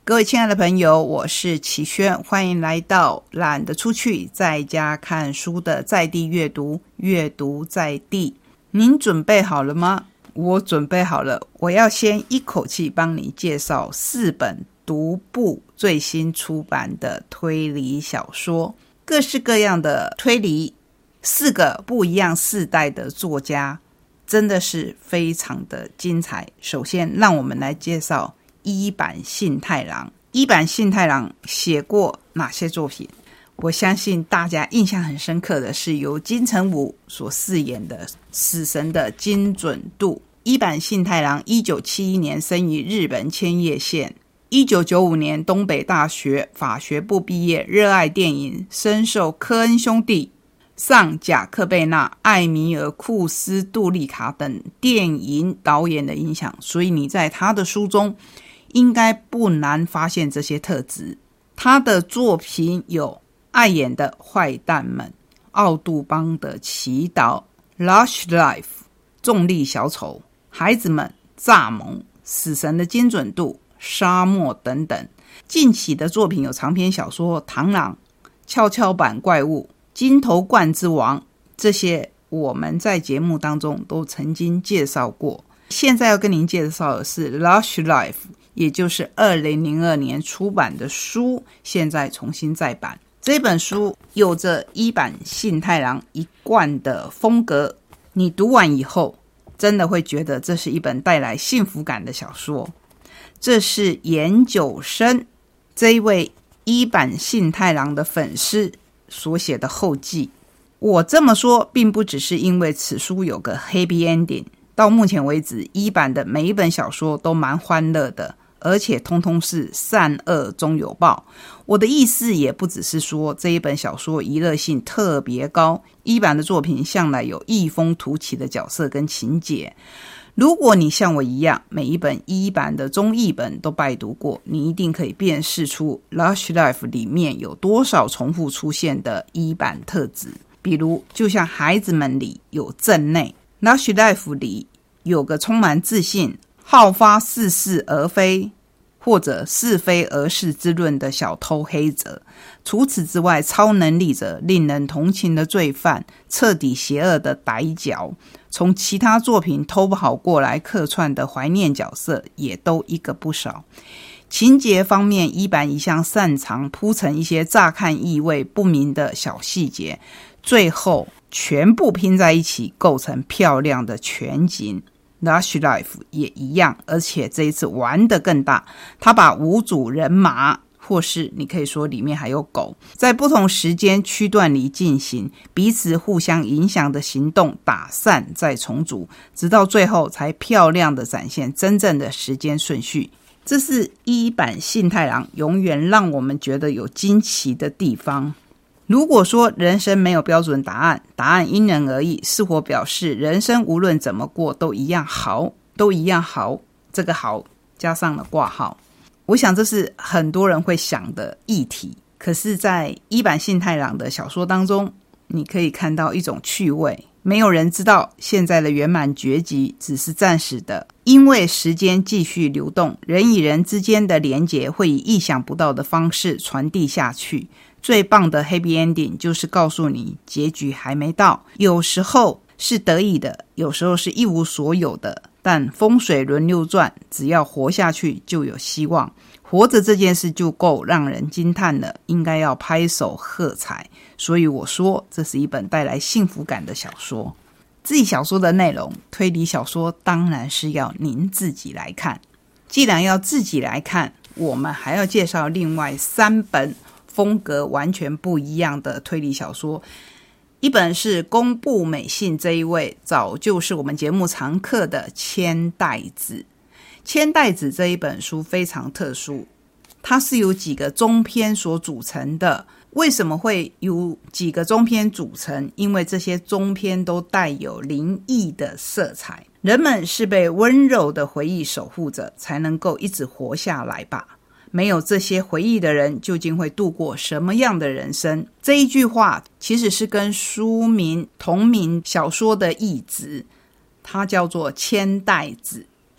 各位亲爱的朋友，我是齐轩，欢迎来到懒得出去在家看书的在地阅读，阅读在地。您准备好了吗？我准备好了，我要先一口气帮你介绍4本独步最新出版的推理小说，各式各样的推理，4个不一样世代的作家，真的是非常的精彩。首先让我们来介绍伊坂幸太郎。伊坂幸太郎写过哪些作品？我相信大家印象很深刻的是由金城武所饰演的死神的金准度。伊坂幸太郎1971年生于日本千叶县，1995年东北大学法学部毕业，热爱电影，深受科恩兄弟、上贾克贝纳、艾米尔库斯杜利卡等电影导演的影响，所以你在他的书中应该不难发现这些特质。他的作品有爱演的坏蛋们、奥杜邦的祈祷、Lush Life、重力小丑、孩子们、蚱蜢、死神的精准度、沙漠等等。近期的作品有长篇小说《螳螂》、跷跷板怪物、金头冠之王，这些我们在节目当中都曾经介绍过。现在要跟您介绍的是 Lush Life， 也就是2002年出版的书，现在重新再版。这本书有着伊坂幸太郎一贯的风格，你读完以后真的会觉得这是一本带来幸福感的小说。这是岩久生这一位伊坂幸太郎的粉丝所写的后记。我这么说并不只是因为此书有个 happy ending， 到目前为止伊坂的每一本小说都蛮欢乐的，而且通通是善恶终有报。我的意思也不只是说这一本小说娱乐性特别高，伊坂的作品向来有异风突起的角色跟情节。如果你像我一样每一本伊坂的中译本都拜读过，你一定可以辨识出 Lush Life 里面有多少重复出现的伊坂特质。比如就像孩子们里有正内， Lush Life 里有个充满自信、好发似是而非或者是非而是之论的小偷黑泽。除此之外，超能力者、令人同情的罪犯、彻底邪恶的歹角，从其他作品偷不好过来客串的怀念角色也都一个不少。情节方面，伊坂一向擅长铺陈一些乍看意味不明的小细节，最后全部拼在一起构成漂亮的全景。Lush Life 也一样，而且这一次玩得更大，他把5组人马，或是你可以说里面还有狗，在不同时间区段里进行彼此互相影响的行动，打散再重组，直到最后才漂亮的展现真正的时间顺序。这是伊坂幸太郎永远让我们觉得有惊奇的地方。如果说人生没有标准答案，答案因人而异，是否表示人生无论怎么过都一样好，都一样好，这个好加上了挂号。我想这是很多人会想的议题，可是在伊坂幸太郎的小说当中，你可以看到一种趣味。没有人知道现在的圆满结局只是暂时的，因为时间继续流动，人与人之间的连结会以意想不到的方式传递下去。最棒的 happy ending 就是告诉你结局还没到，有时候是得意的，有时候是一无所有的，但风水轮流转，只要活下去就有希望。活着这件事就够让人惊叹了，应该要拍手喝彩。所以我说这是一本带来幸福感的小说。至于小说的内容，推理小说当然是要您自己来看。既然要自己来看，我们还要介绍另外3本风格完全不一样的推理小说。一本是宫部美幸这一位早就是我们节目常客的千代子。千代子这一本书非常特殊，它是由几个中篇所组成的。为什么会由几个中篇组成？因为这些中篇都带有灵异的色彩。人们是被温柔的回忆守护着，才能够一直活下来吧。没有这些回忆的人，究竟会度过什么样的人生？这一句话其实是跟书名同名小说的译旨，它叫做千代子。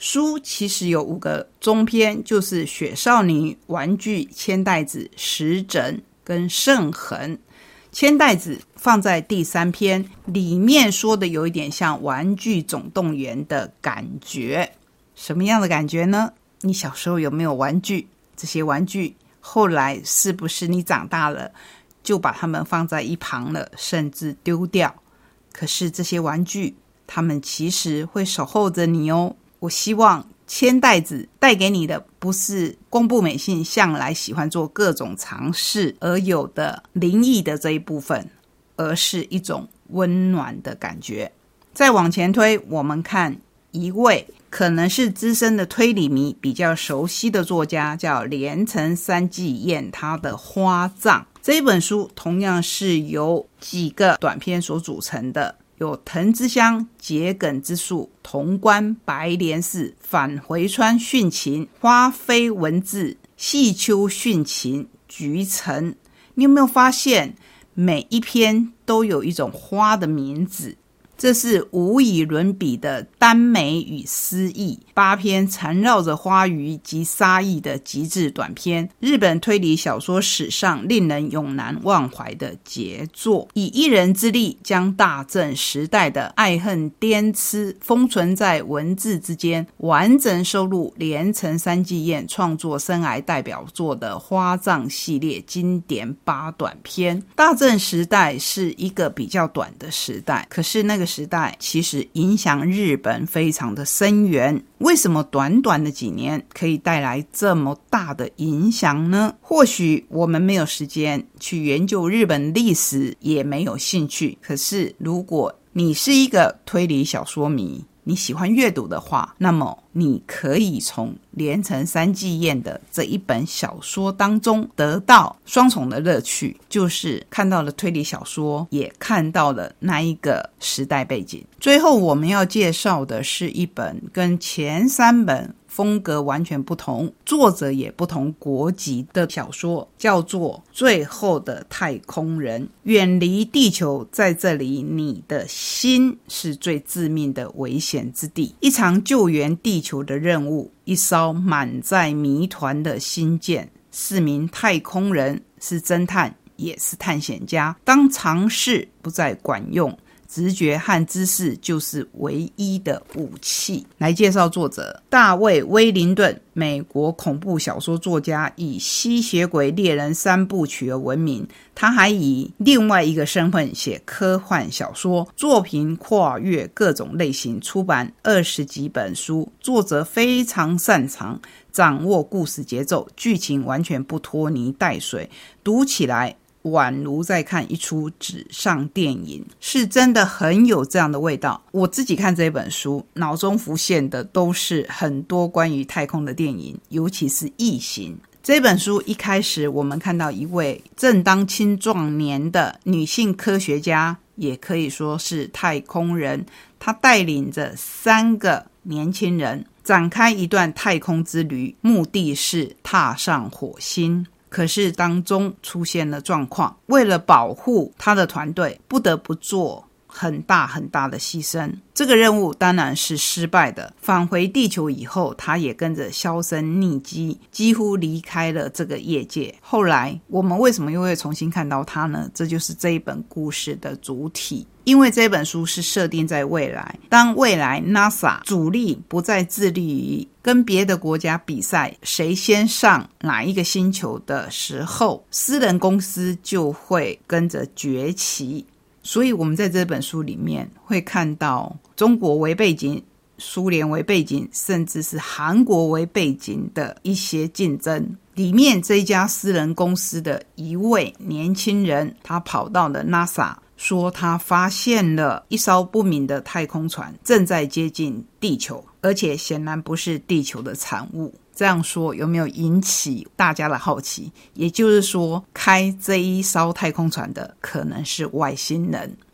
书其实有5个中篇，就是雪少女、玩具、千代子、时诊跟圣痕。千代子放在第3篇，里面说的有一点像玩具总动员的感觉。什么样的感觉呢？你小时候有没有玩具？这些玩具后来是不是你长大了就把它们放在一旁了，甚至丢掉？可是这些玩具他们其实会守候着你哦。我希望千代子带给你的不是宫部美幸向来喜欢做各种尝试而有的灵异的这一部分，而是一种温暖的感觉。再往前推，我们看一位可能是资深的推理迷比较熟悉的作家，叫连城三季彦，他的花葬这一本书同样是由几个短篇所组成的，有藤之乡、桔梗之树、潼关、白莲寺、返回川殉情、花飞文字、细秋殉情、菊城。你有没有发现每一篇都有一种花的名字？这是无以伦比的耽美与诗意，8篇缠绕着花语及杀意的极致短篇，日本推理小说史上令人永难忘怀的杰作，以一人之力将大正时代的爱恨颠螭封存在文字之间，完整收录连城三季彦创作生涯代表作的花葬系列经典8短篇。大正时代是一个比较短的时代，可是那个时代其实影响日本非常的深远。为什么短短的几年可以带来这么大的影响呢？或许我们没有时间去研究日本历史，也没有兴趣，可是如果你是一个推理小说迷，你喜欢阅读的话，那么你可以从连城三季彦的这一本小说当中得到双重的乐趣，就是看到了推理小说，也看到了那一个时代背景。最后我们要介绍的是一本跟前3本风格完全不同，作者也不同国籍的小说，叫做《最后的太空人》。远离地球，在这里你的心是最致命的危险之地。一场救援地球的任务，一艘满载谜团的星舰，4名太空人是侦探也是探险家。当常识不再管用，直觉和知识就是唯一的武器。来介绍作者大卫·威灵顿，美国恐怖小说作家，以吸血鬼猎人3部曲而闻名。他还以另外一个身份写科幻小说，作品跨越各种类型，出版20几本书。作者非常擅长掌握故事节奏，剧情完全不拖泥带水，读起来宛如在看一出纸上电影，是真的很有这样的味道。我自己看这本书，脑中浮现的都是很多关于太空的电影，尤其是异形。这本书一开始我们看到一位正当青壮年的女性科学家，也可以说是太空人，她带领着3个年轻人展开一段太空之旅，目的是踏上火星。可是当中出现了状况，为了保护他的团队，不得不做很大很大的牺牲。这个任务当然是失败的。返回地球以后，他也跟着销声匿迹，几乎离开了这个业界。后来我们为什么又会重新看到他呢？这就是这一本故事的主体。因为这本书是设定在未来，当未来 NASA 主力不再致力于跟别的国家比赛谁先上哪一个星球的时候，私人公司就会跟着崛起。所以我们在这本书里面会看到中国为背景、苏联为背景，甚至是韩国为背景的一些竞争。里面这一家私人公司的一位年轻人，他跑到了 NASA， 说他发现了一艘不明的太空船正在接近地球，而且显然不是地球的产物。这样说有没有引起大家的好奇？也就是说，开这一艘太空船的可能是外星人。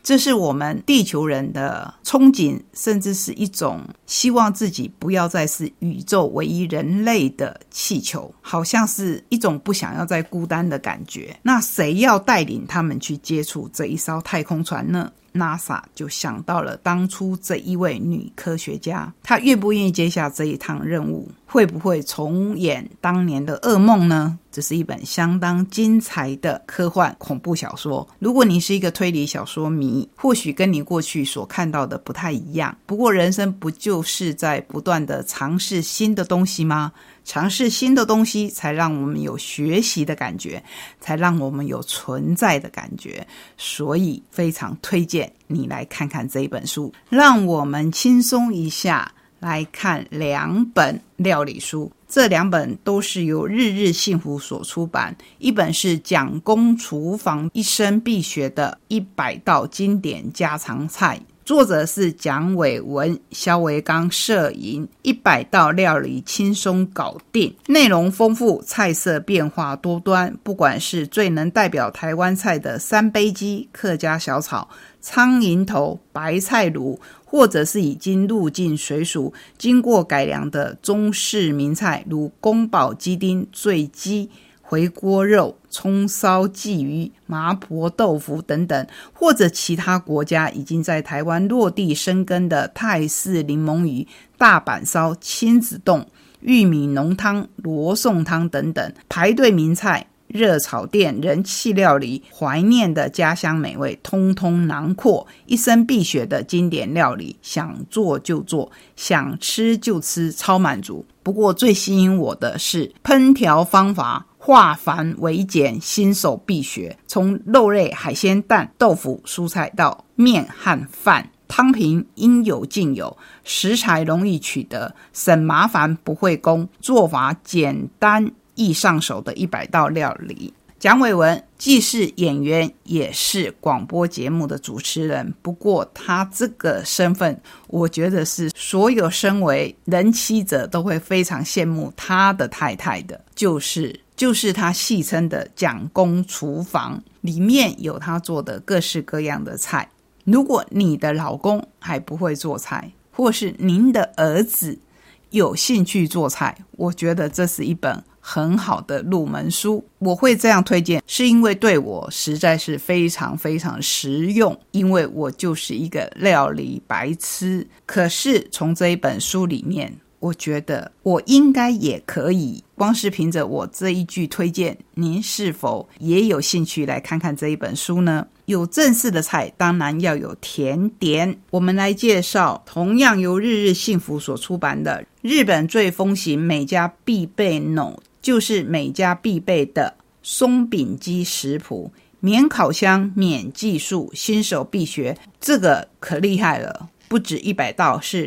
这是我们地球人的憧憬，甚至是一种希望自己不要再是宇宙唯一人类的气球，好像是一种不想要再孤单的感觉。那谁要带领他们去接触这一艘太空船呢？NASA 就想到了当初这一位女科学家，她愿不愿意接下这一趟任务？会不会重演当年的噩梦呢？这是一本相当精彩的科幻恐怖小说。如果你是一个推理小说迷，或许跟你过去所看到的不太一样。不过人生不就是在不断的尝试新的东西吗？尝试新的东西才让我们有学习的感觉，才让我们有存在的感觉。所以非常推荐你来看看这一本书，让我们轻松一下来看2本料理书。这2本都是由日日幸福所出版，一本是蒋公厨房一生必学的100道经典家常菜，作者是蒋伟文、肖维刚摄影，100道料理轻松搞定，内容丰富，菜色变化多端，不管是最能代表台湾菜的三杯鸡、客家小炒、苍蝇头、白菜卤，或者是已经入境水熟经过改良的中式名菜，如宫保鸡丁、醉鸡、回锅肉、葱烧鲫鱼、麻婆豆腐等等，或者其他国家已经在台湾落地生根的泰式柠檬鱼、大阪烧、亲子冻、玉米浓汤、罗宋汤等等，排队名菜、热炒店、人气料理、怀念的家乡美味，通通囊括，一生必学的经典料理，想做就做，想吃就吃，超满足。不过最吸引我的是烹调方法，化繁为简，新手必学，从肉类、海鲜、蛋、豆腐、蔬菜到面和饭，汤品应有尽有，食材容易取得，省麻烦不费工，做法简单易上手的100道料理。蒋伟文既是演员也是广播节目的主持人，不过他这个身份我觉得是所有身为人妻者都会非常羡慕他的太太的，就是他戏称的蒋公厨房，里面有他做的各式各样的菜。如果你的老公还不会做菜，或是您的儿子有兴趣做菜，我觉得这是一本很好的入门书。我会这样推荐，是因为对我实在是非常非常实用，因为我就是一个料理白痴。可是从这一本书里面，我觉得我应该也可以，光是凭着我这一句推荐，您是否也有兴趣来看看这一本书呢？有正式的菜，当然要有甜点。我们来介绍同样由日日幸福所出版的日本最风行每家必备就是每家必备的松饼鸡食谱，免烤箱，免技术，新手必学。这个可厉害了，不止100道，是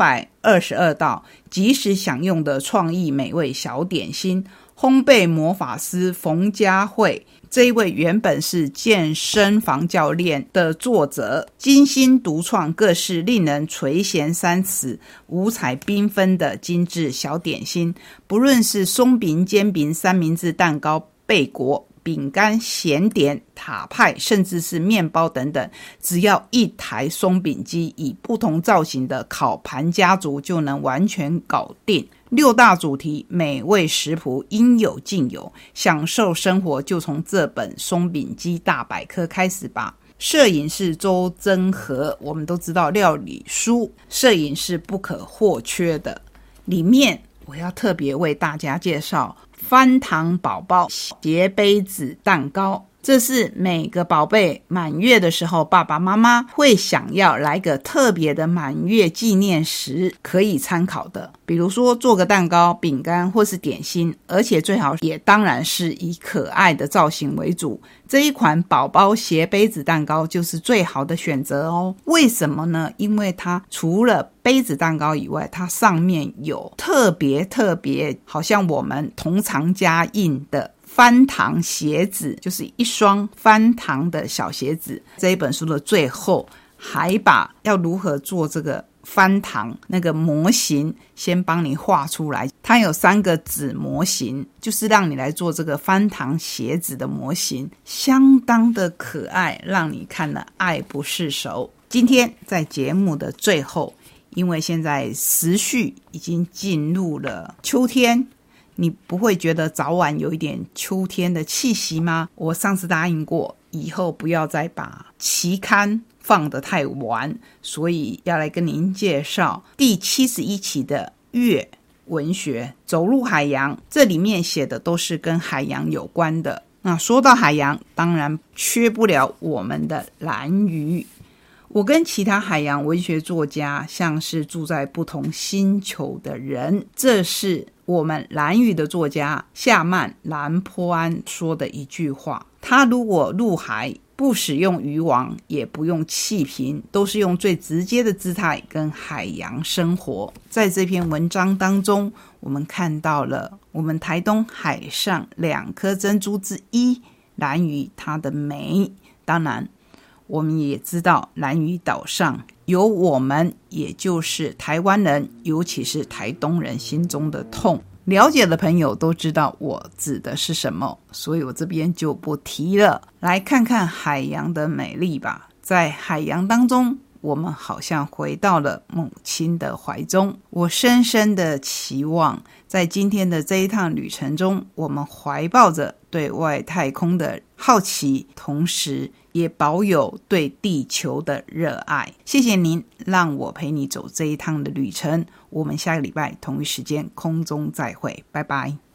222道即时享用的创意美味小点心。烘焙魔法师冯佳慧，这一位原本是健身房教练的作者，精心独创各式令人垂涎三尺、五彩缤纷的精致小点心，不论是松饼、煎饼、三明治、蛋糕、贝果、饼干、咸点、塔派，甚至是面包等等，只要一台松饼机，以不同造型的烤盘家族就能完全搞定。6大主题，美味食谱应有尽有，享受生活就从这本松饼机大百科开始吧。摄影是周真和，我们都知道料理书摄影是不可或缺的，里面我要特别为大家介绍翻糖宝宝斜杯子蛋糕，这是每个宝贝满月的时候，爸爸妈妈会想要来个特别的满月纪念时可以参考的，比如说做个蛋糕、饼干或是点心，而且最好也当然是以可爱的造型为主。这一款宝宝斜杯子蛋糕就是最好的选择哦。为什么呢？因为它除了杯子蛋糕以外，它上面有特别好像我们同场加印的翻糖鞋子，就是一双翻糖的小鞋子。这一本书的最后还把要如何做这个翻糖那个模型先帮你画出来，它有3个子模型，就是让你来做这个翻糖鞋子的模型，相当的可爱，让你看了爱不释手。今天在节目的最后，因为现在时序已经进入了秋天，你不会觉得早晚有一点秋天的气息吗？我上次答应过，以后不要再把期刊放得太晚，所以要来跟您介绍第71期的月文学走入海洋，这里面写的都是跟海洋有关的。那说到海洋，当然缺不了我们的兰屿。我跟其他海洋文学作家像是住在不同星球的人，这是我们兰屿的作家夏曼兰坡安说的一句话。他如果入海，不使用渔网，也不用气瓶，都是用最直接的姿态跟海洋生活。在这篇文章当中，我们看到了我们台东海上2颗珍珠之一兰屿它的美。当然我们也知道兰屿岛上有我们，也就是台湾人，尤其是台东人心中的痛。了解的朋友都知道我指的是什么，所以我这边就不提了。来看看海洋的美丽吧。在海洋当中，我们好像回到了母亲的怀中。我深深的期望，在今天的这一趟旅程中，我们怀抱着对外太空的好奇，同时也保有对地球的热爱。谢谢您让我陪你走这一趟的旅程，我们下个礼拜同一时间空中再会，拜拜。